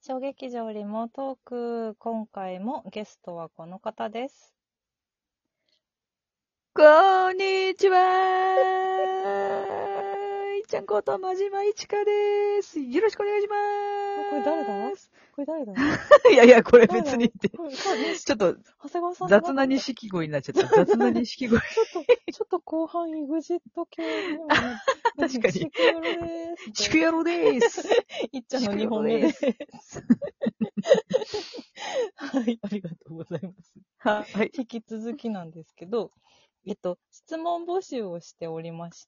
小劇場リモートーク、今回もゲストはこの方です。 こんにちはー。いっちゃんこと真島いちかです。よろしくお願いしまこれ誰だーす。 これ誰だいやいや、これ誰だ別にって。 これね、 ちょっと長谷川さんじゃな雑なかった。 錦鯉になっちゃった。雑な錦鯉。 ちょっと後半イグジット系にもな確かに。 シクヨロでーす。 シクヤロでーす。 いっちゃんの2 シクヤロ本目ででーす。 す。はい、ありがとうございます。 はい。 引き続きなんですけど、質問募集をしておりまして、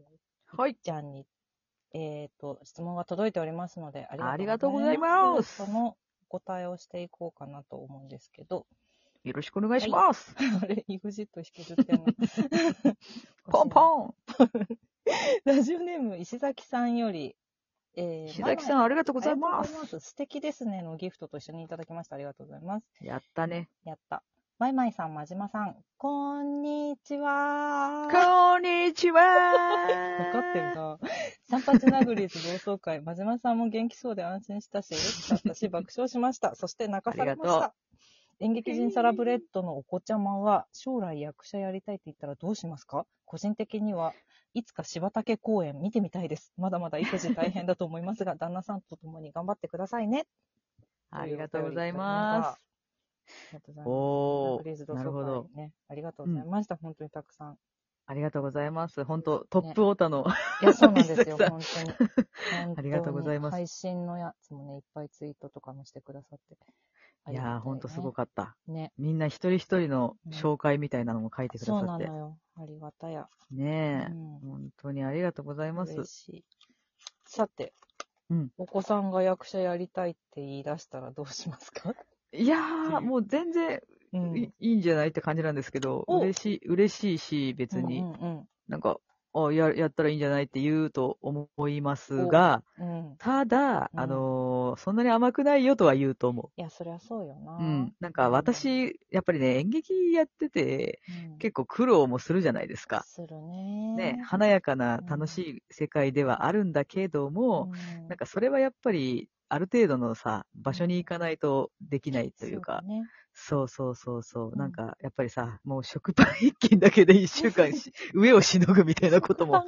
はい。 いっちゃんに質問が届いておりますので、ありがあとうりがとうございございまます。 す。そのお答えをしていこうかなと思うんですけど、 よろしくお願いはい。 します。 あれ、EXIT 引きずってんの。 ポンポン。 ラジオネーム、石崎さんより、 石崎さん、ありがとうごありがとうございまざいます。 す。 素敵ですねのギフトと一緒にいただきました。ありがとうございます。 やったね。 やった。マイマイさん、真島さん、こんにちは。 こんにちはわかってるな。三八ナグリーズ同窓会、真島さんも元気そうで安心したし、嬉しかったし、爆笑しました。そして泣かされました。演劇人サラブレッドのお子ちゃまは、将来役者やりたいって言ったらどうしますか？個人的にはいつか柴竹公演見てみたいです。まだまだ育児大変だと思いますが、旦那さんと共に頑張ってくださいね。 ありがとうございます。 ありがとうございます。ナおー、 グリーズ同なる窓会ほど。 ね。ありがとうございました。本当にたくさん。 ありがとうございます。本当トップオタの、 いや、そうなんですよ。 石崎さん。 本当に。 ありがとうございます。 配信のやつもね、いっぱいツイートとかもしてくださって。 いやー、本当すごかった。 ね。 みんな一人一人の紹介みたいなのも書いてくだそうさって。 なのよ。ありがたや。 ねえ、本当にありがとうございます。 嬉しい。さて、お子さんが役者やりたいって言い出したらどうしますか？ いやー、もう全然いいんじゃないって感じなんですけど、嬉しいし、別に、なんか、やったらいいんじゃないって言うと思いますが、ただ、そんなに甘くないよとは言うと思う。 いや、そりゃそうよな。 なんか私、やっぱりね、演劇やってて、結構苦労もするじゃないですか。 するね。 ね、華やかな楽しい世界ではあるんだけども、なんかそれはやっぱり、ある程度のさ、場所に行かないとできないというか、そうそうそうそう、なんかやっぱりさ、もう食パン一斤だけで一週間上をしのぐみたいなことも、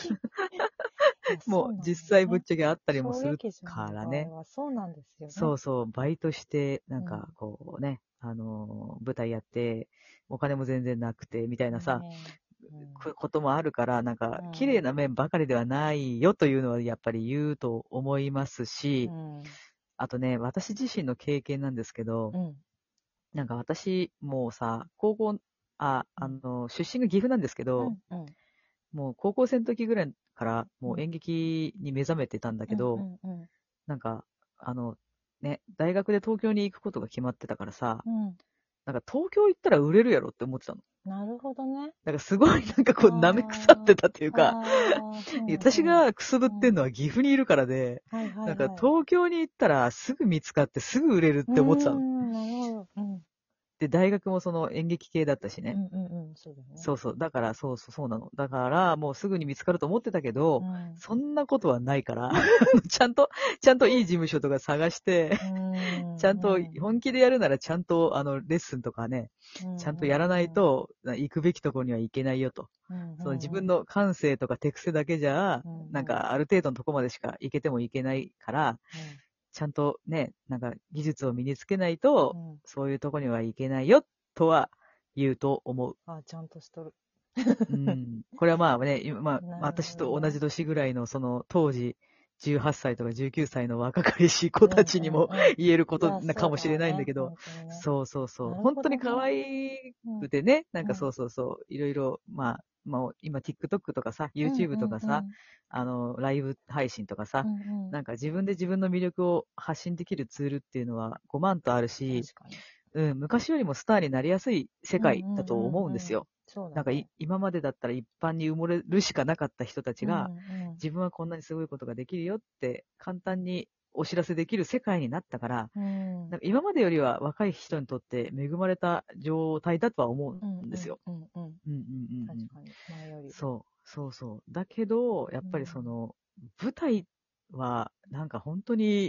もう実際ぶっちゃけあったりもするからね。 そうなんですよね。 そうそう、バイトして、なんかこうね、舞台やって、お金も全然なくて、みたいなさ、こともあるから、なんか、綺麗な面ばかりではないよというのはやっぱり言うと思いますし、あとね、私自身の経験なんですけど、なんか私、もうさ、出身が岐阜なんですけど、もう高校生の時ぐらいからもう演劇に目覚めてたんだけど、なんか、大学で東京に行くことが決まってたからさ、なんか東京行ったら売れるやろって思ってたの。 なるほどね。 なんかすごいなんかこう舐め腐ってたっていうか、私がくすぶってんのは岐阜にいるからで、なんか東京に行ったらすぐ見つかってすぐ売れるって思ってたの。 なるほど。 で、大学もその演劇系だったしね。 そうだね。 そうそう。だから、そうなの。だから、もうすぐに見つかると思ってたけど、そんなことはないから、ちゃんといい事務所とか探して、ちゃんと本気でやるならちゃんとレッスンとかね、ちゃんとやらないと、行くべきところには行けないよと。その自分の感性とか手癖だけじゃ、なんかある程度のとこまでしか行けてもいけないから、ちゃんとね、なんか技術を身につけないと、そういうとこには行けないよとは言うと思う。 ちゃんとしとる。 これはまあね、私と同じ年ぐらいのその当時、18歳とか19歳の若かりしい子たちにも言えることかもしれないんだけど、そうそうそう。本当に可愛くてね、なんかそうそうそう、いろいろ、今 TikTok とかさ、YouTube とかさ、ライブ配信とかさ、なんか自分で自分の魅力を発信できるツールっていうのは5万とあるし、昔よりもスターになりやすい世界だと思うんですよ。なんか今までだったら一般に埋もれるしかなかった人たちが、自分はこんなにすごいことができるよって簡単にお知らせできる世界になったから、なんか今までよりは若い人にとって恵まれた状態だとは思うんですよ。 確かに。前より。 そう。だけど、やっぱりその、舞台はなんか本当に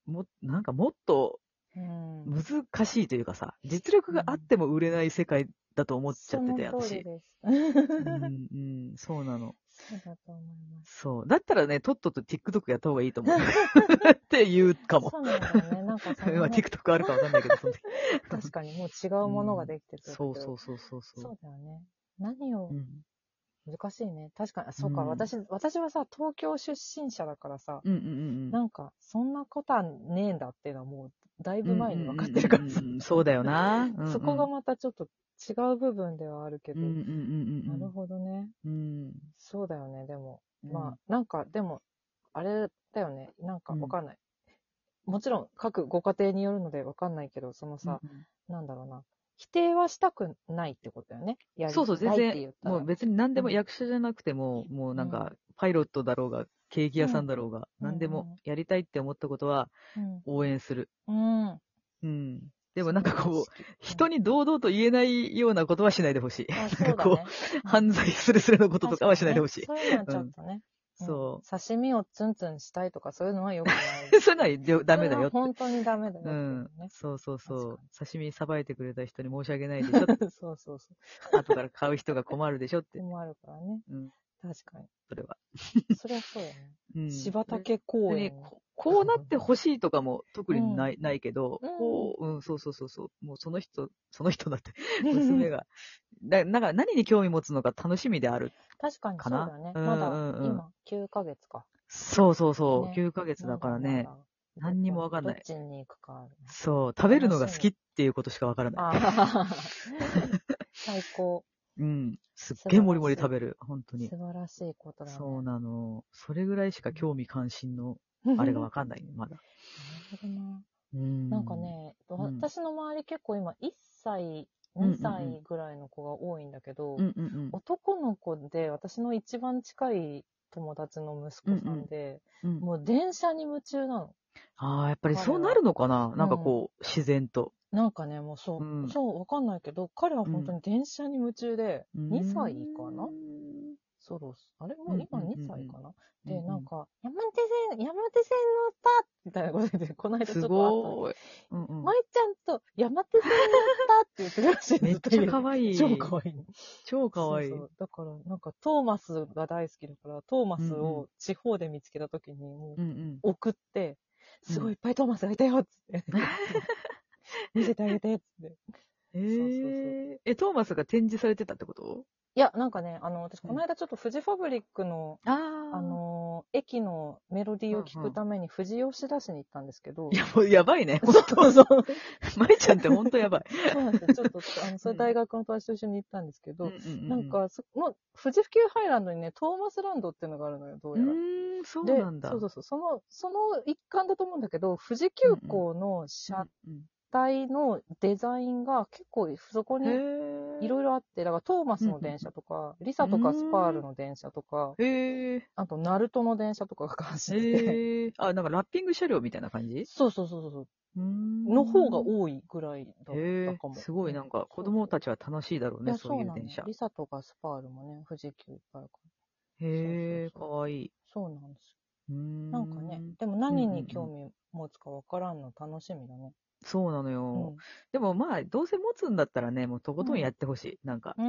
なんかもっと難しいというかさ、実力があっても売れない世界だと思っちゃってて、 その通り私。 です。 そうなの。 そうだと思います。 そう。だったらね、とっとと TikTok やった方がいいと思う。って言うかも。 そうなんだよね。なんかそまあ、 のね、 TikTok あるかわかんないけど、その時。 確かにもう違うものができてるけど、 そうそうそうそうそうだよね。何を、 うん。 難しいね。確かに、そうか、 うん私はさ、東京出身者だからさ、 うんうんうんなんか、そんなことはねえんだっていうのはもう、だいうん。 ぶ前に分かってるからさ、 そうだよな。うんうん。 そこがまたちょっと違う部分ではあるけど、 うんうんうんなるほどね。 うん。うん。 そうだよね、でも。 うんまあ、なんか、でも、あれだよね、なんかわかんない。もちろん、各ご家庭によるのでわかんないけど、そのさ、なんだろうな。否定はしたくないってことだよね。やりそうそう、全たいって然、 言ったら。 もう別に何でもうん役者じゃなくても、もうなんか、パイロットだろうが、ケーキ屋さんだろうが、何でもやりたいって思ったことは応援する。 うん。うん。 うん。でもなんかこう、人に、 に堂々と言えないようなことはしないでほしい。なんそうだね。 かこう、犯罪するのこととかはしないでほしい。 そういうのはうん。 ちょっとね。 そ刺身をツンツンしたいとかそういうのは良くない。 う。そういうのはダメだよって。 それは本当にダメだよってうん。 ね。 そうそうそう。 確刺身さばいてくれた人に申し訳ないでしょ。 かに。そうそうそ後から買う人が困るでしょっう。 て。 困るからね。 うん。 確かに。 それは。 そりゃそうだね。 うん。 柴竹公園。 こうなってほしいとかも特にうんないけど、こう、そうそうそうそう。もうその人だって、娘が。なんか何に興味持つのか楽しみである確かにかな。 そうだね。 うんまだうんうん。 今9ヶ月か。 そうそうそう。 ね。 9ヶ月だからね。 まだ何にもわかんない。 どっちに行くか。 そう。食べるのが楽しみ。 好きっていうことしかわからない。 ああ、最高。 うん。すっ素げえもり晴らしい。 もり食べる。本当に。 素晴らしいことだね。 そうなの。それぐらいしか興味関心の、あれがわかんないね、まだ。 なるほどな。 うん。 なんかね、私の周り結構今1歳、2歳ぐらいの子が多いんだけど、男の子で私の一番近い友達の息子さんで、もう電車に夢中なの。 ああ、やっぱりそうなるのかな、なんかこう、自然と。 なんかね、もうそう、わかんないけど、彼は本当に電車に夢中で、2歳かなあれもう今2歳かな、で、なんか、山手線乗ったみたいなことで、この間ちょっとあったの。舞ちゃんと山手線乗ったって言ってるらしい。 めっちゃ可愛い。 超可愛い。 超可愛い。 そう。だから、なんかトーマスが大好きだから、トーマスを地方で見つけたときに、もう、送って、すごいいっぱいトーマスがいたよっつって。見せてあげてっつって。 トーマスが展示されてたってこと？ いや、なんかね、私、この間ちょっとフジファブリックの、駅のメロディーを聞くために富士吉田市に行ったんですけど。 いや、もうやばいね。 そうそう。 まいちゃんってほんとやばい。 そうなんですよ。ちょっと、それ大学の友達と一緒に行ったんですけど、なんか、富士急ハイランドにね、トーマスランドっていうのがあるのよ、どうやら。 そうなんだ。 そう。その一環だと思うんだけど、富士急行の車体のデザインが結構そこにいろいろあって、だからトーマスの電車とか、リサとかスパールの電車とか、あとナルトの電車とかが走ってて。 なんかラッピング車両みたいな感じ？ そう。の方が多いぐらいだったかも。 すごいなんか子供たちは楽しいだろうね、そういう電車。 リサとかスパールもね、富士急いっぱいあるから。 かわいい。 そうなんですよ。なんかね、でも何に興味持つかわからんの楽しみだね。 そうなのよ。でもまあ、どうせ持つんだったらね、もうとことんやってほしい。なんか。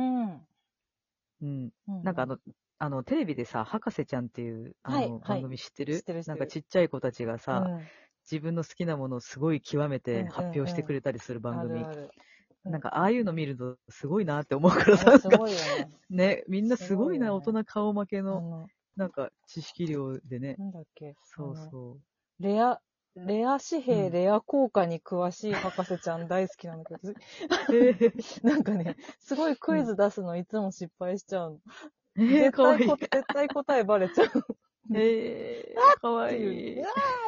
なんかテレビでさ、博士ちゃんっていう番組知ってる？なんかちっちゃい子たちがさ、自分の好きなものをすごい極めて発表してくれたりする番組。なんかああいうの見るとすごいなって思うからさ、ね、みんなすごいな、大人顔負けの、なんか知識量でね。 なんだっけ。 そう。 レア紙幣、レア硬貨に詳しい博士ちゃん大好きなんだけど、なんかね、すごいクイズ出すのいつも失敗しちゃうの。絶対答えバレちゃう。 かわいい。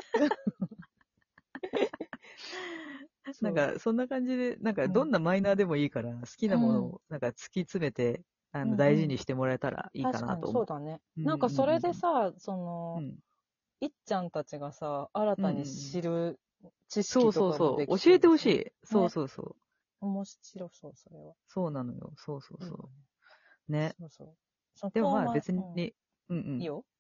なんか、そんな感じで、なんか、どんなマイナーでもいいから、好きなものを、なんか、突き詰めて、大事にしてもらえたらいいかなと思う。 そうだね。なんか、それでさ、いっちゃんたちがさ、新たに知る知識とかもできそう。 教えてほしい。そう。 面白そう、それは。 そうなのよ。そう。ね。 そう。 でもまあ別に、 いいよ。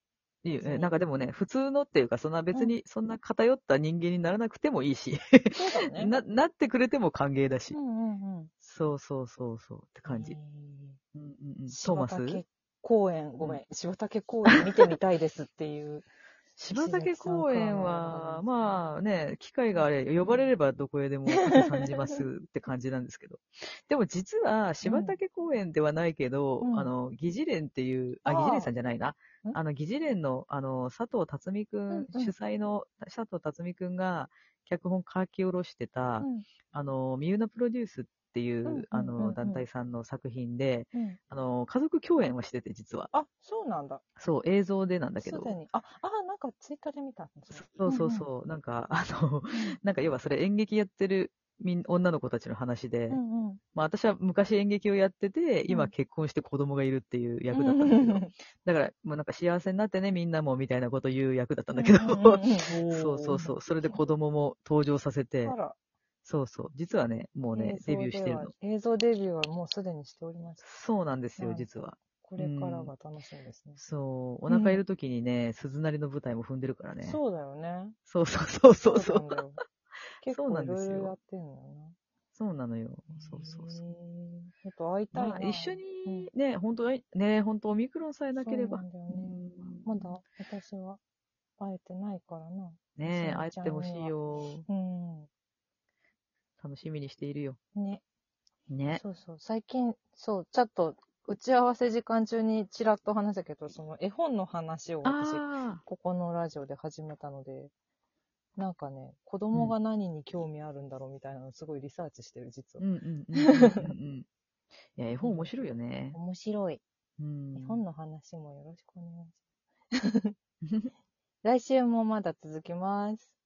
いいよね。なんかでもね、普通のっていうか、そんな別に、そんな偏った人間にならなくてもいいし、 そうだね。 なってくれても歓迎だし。そうって感じ。トーマス柴竹公園、ごめん、柴竹公園見てみたいですっていう。 柴竹公園は、まあね、機会があれ、呼ばれればどこへでも行く感じますって感じなんですけど。でも実は、柴竹公園ではないけど、疑似連っていう、疑似連さんじゃないな。疑似連の、佐藤辰巳くん、主催の佐藤辰巳くんが脚本書き下ろしてた、ミユナプロデュースっていう、団体さんの作品で、家族共演をしてて、実は。 あ、そうなんだ。 そう、映像でなんだけど。 すでに。なんかツイッターで見たんですよ。 そう。なんか、なんか要はそれ演劇やってる女の子たちの話で、まあ私は昔演劇をやってて、今結婚して子供がいるっていう役だったんだけど、だから、もうなんか幸せになってね、みんなもみたいなこと言う役だったんだけど、そう。それで子供も登場させて、そう。実はね、もうね、デビューしてるの。 映像デビューはもうすでにしております。 そうなんですよ、実は。 これからが楽しみですね。 そう。お腹いるときにね、鈴なりの舞台も踏んでるからね。 そうだよね。 そう。 結構いろいろやってんのよな。 そうなのよ。そう。 ちょっと会いたいな。 まあ、一緒にね、本当オミクロンさえなければ。 そうなんだよね。まだ私は会えてないからな。 ねえ、会えてほしいよ。 うん。 楽しみにしているよ。 ね。そう。最近、ちょっと、打ち合わせ時間中にちらっと話したけど、その絵本の話を私、ここのラジオで始めたので、なんかね、子供が何に興味あるんだろうみたいなのすごいリサーチしてる、実は。 いや、絵本面白いよね。 面白い。絵本の話もよろしくお願いします。来週もまだ続きます。